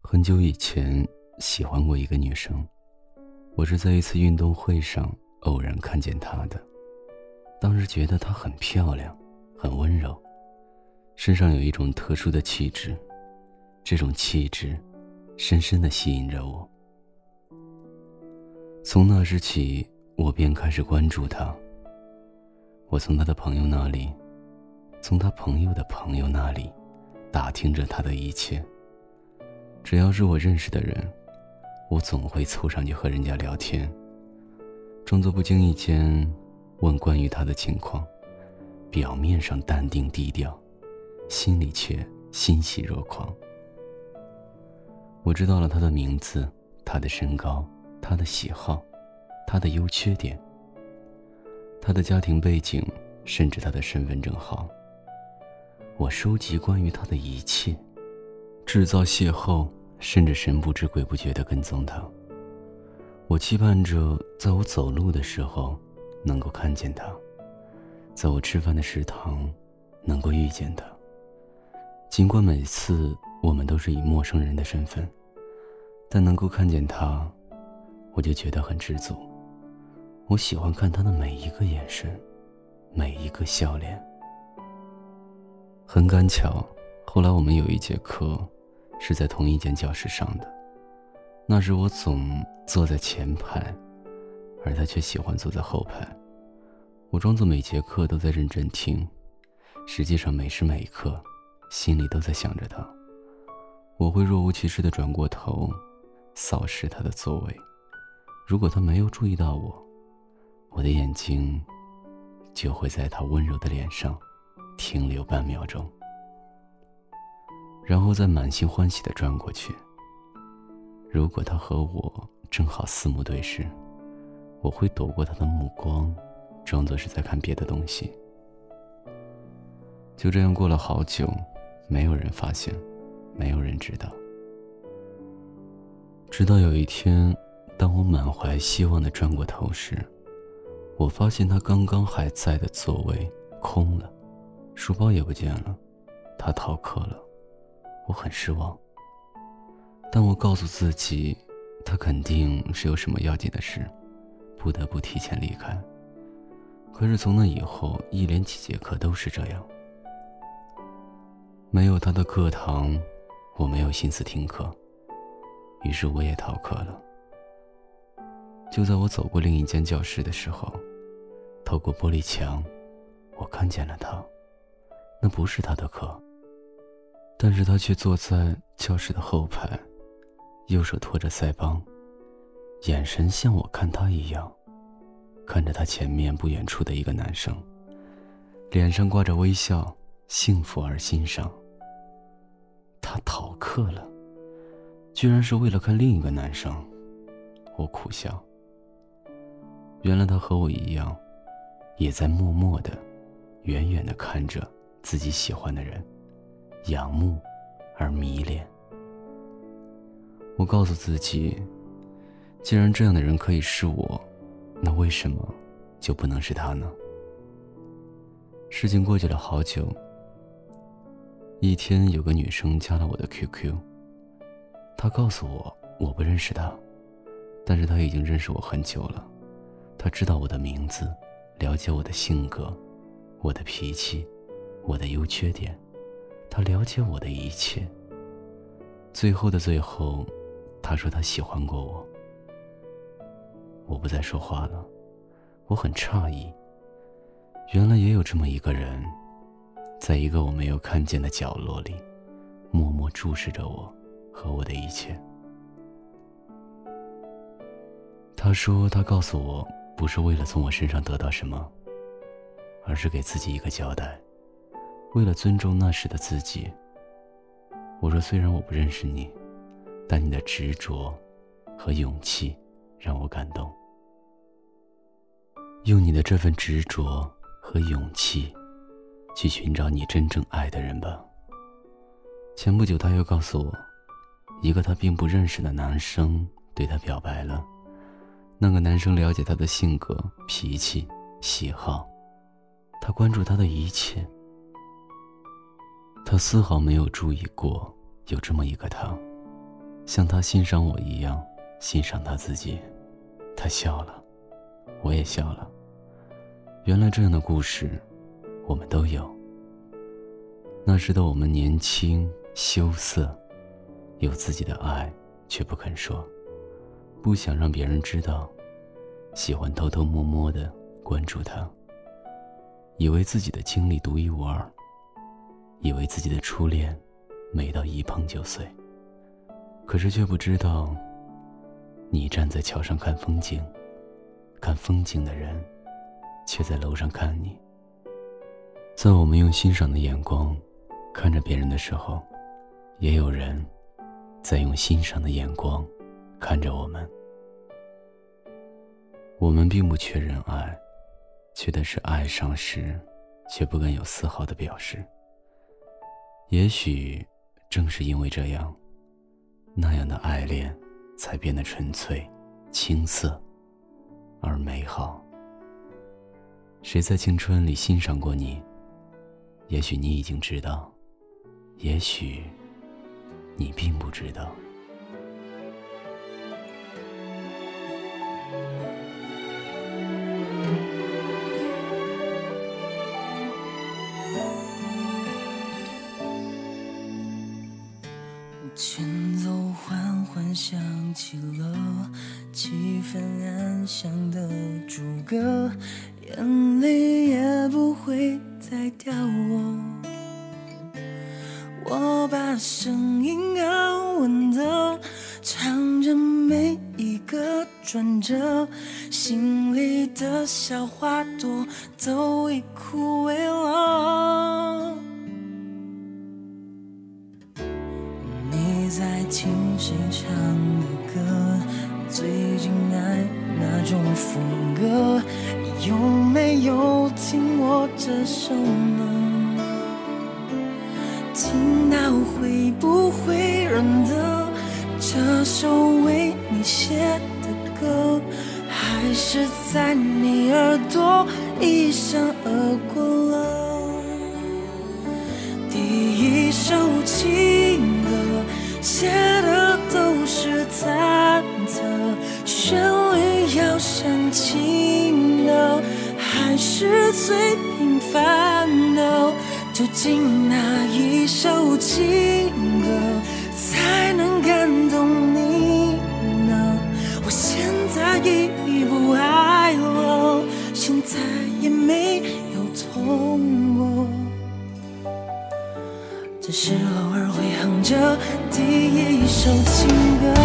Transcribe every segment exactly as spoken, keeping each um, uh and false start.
很久以前喜欢过一个女生，我是在一次运动会上偶然看见她的。当时觉得她很漂亮，很温柔，身上有一种特殊的气质，这种气质深深地吸引着我。从那时起，我便开始关注她。我从她的朋友那里，从她朋友的朋友那里打听着她的一切。只要是我认识的人，我总会凑上去和人家聊天，装作不经意间问关于他的情况，表面上淡定低调，心里却欣喜若狂。我知道了他的名字，他的身高，他的喜好，他的优缺点，他的家庭背景，甚至他的身份证号。我收集关于他的一切，制造邂逅，甚至神不知鬼不觉地跟踪他。我期盼着在我走路的时候能够看见他，在我吃饭的食堂能够遇见他。尽管每次我们都是以陌生人的身份，但能够看见他，我就觉得很知足。我喜欢看他的每一个眼神，每一个笑脸。很赶巧，后来我们有一节课是在同一间教室上的。那时我总坐在前排，而他却喜欢坐在后排。我装作每节课都在认真听，实际上每时每刻心里都在想着他。我会若无其事地转过头扫视他的座位，如果他没有注意到我，我的眼睛就会在他温柔的脸上停留半秒钟，然后再满心欢喜地转过去。如果他和我正好四目对视，我会躲过他的目光，装作是在看别的东西。就这样过了好久，没有人发现，没有人知道。直到有一天，当我满怀希望地转过头时，我发现他刚刚还在的座位空了，书包也不见了，他逃课了。我很失望，但我告诉自己，他肯定是有什么要紧的事，不得不提前离开。可是从那以后，一连几节课都是这样。没有他的课堂，我没有心思听课，于是我也逃课了。就在我走过另一间教室的时候，透过玻璃墙，我看见了他。那不是他的课，但是他却坐在教室的后排，右手托着腮帮，眼神像我看他一样，看着他前面不远处的一个男生，脸上挂着微笑，幸福而欣赏。他逃课了，居然是为了看另一个男生。我苦笑，原来他和我一样，也在默默地远远地看着自己喜欢的人，仰慕而迷恋。我告诉自己，既然这样的人可以是我，那为什么就不能是他呢？事情过去了好久，一天有个女生加了我的 Q Q， 她告诉我我不认识她，但是她已经认识我很久了。她知道我的名字，了解我的性格，我的脾气，我的优缺点，她了解我的一切。最后的最后，她说她喜欢过我。我不再说话了，我很诧异，原来也有这么一个人，在一个我没有看见的角落里，默默注视着我和我的一切。他说他告诉我，不是为了从我身上得到什么，而是给自己一个交代，为了尊重那时的自己。我说虽然我不认识你，但你的执着和勇气让我感动。用你的这份执着和勇气去寻找你真正爱的人吧。前不久他又告诉我，一个他并不认识的男生对他表白了。那个男生了解他的性格、脾气、喜好，他关注他的一切。他丝毫没有注意过有这么一个他， 像他欣赏我一样欣赏他自己。他笑了，我也笑了。原来这样的故事我们都有。那时的我们年轻羞涩，有自己的爱却不肯说，不想让别人知道，喜欢偷偷摸摸地关注他，以为自己的经历独一无二，以为自己的初恋美到一碰就碎，可是却不知道，你站在桥上看风景，看风景的人却在楼上看你。在我们用欣赏的眼光看着别人的时候，也有人在用欣赏的眼光看着我们。我们并不缺人爱，缺的是爱上时却不敢有丝毫的表示。也许正是因为这样，那样的爱恋才变得纯粹、青涩而美好。谁在青春里欣赏过你？也许你已经知道，也许你并不知道。 前奏缓缓响起了，气氛安详的主歌，眼泪也不会再掉落。我把声音安稳的唱着每一个转折，心里的小花朵都已枯萎了。你在听谁唱的歌？最近爱哪种风格？有没有听我这首呢？听到会不会认得这首为你写的歌？还是在你耳朵一闪而过了？第一首情歌写的都是忐忑，旋律要煽情的，还是最平凡的？究竟哪一首情歌才能感动你呢？我现在已不爱了，现在也没有痛过，只是偶尔会哼着第一首情歌。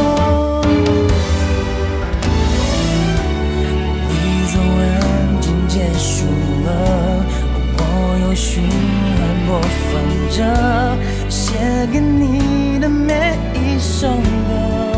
你走了，就结束了，我有循环播放着写给你的每一首歌。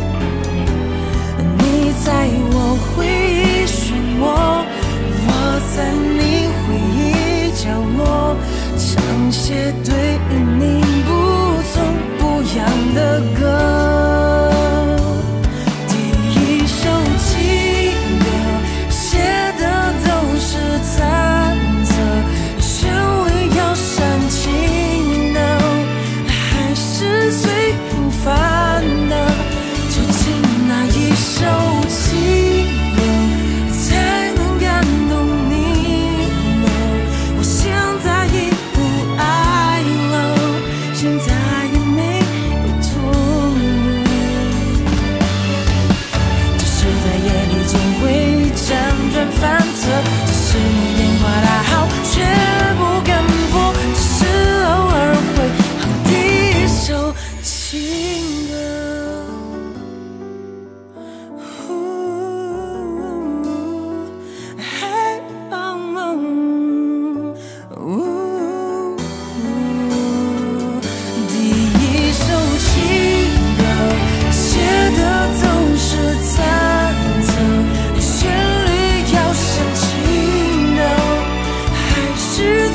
你在我回忆漩涡，我在你回忆角落，唱些对你不痛不痒的歌。第一首情歌写的都是忐忑，旋律要煽情的，还是最平凡的？究竟哪一首情歌才能感动你呢？我现在已不爱了，现在也没有痛了，只是在夜里总会辗转反侧，只是你电话打好却不敢拨，只是偶尔会哼第一首情歌。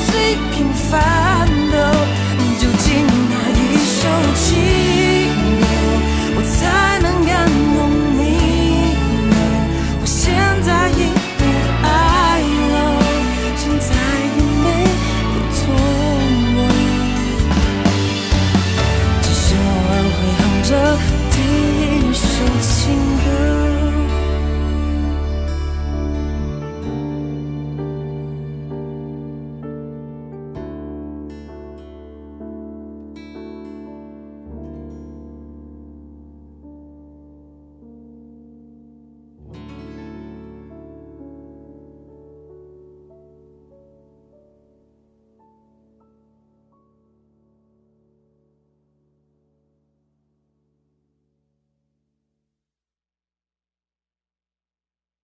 平凡的，究竟哪一首情歌着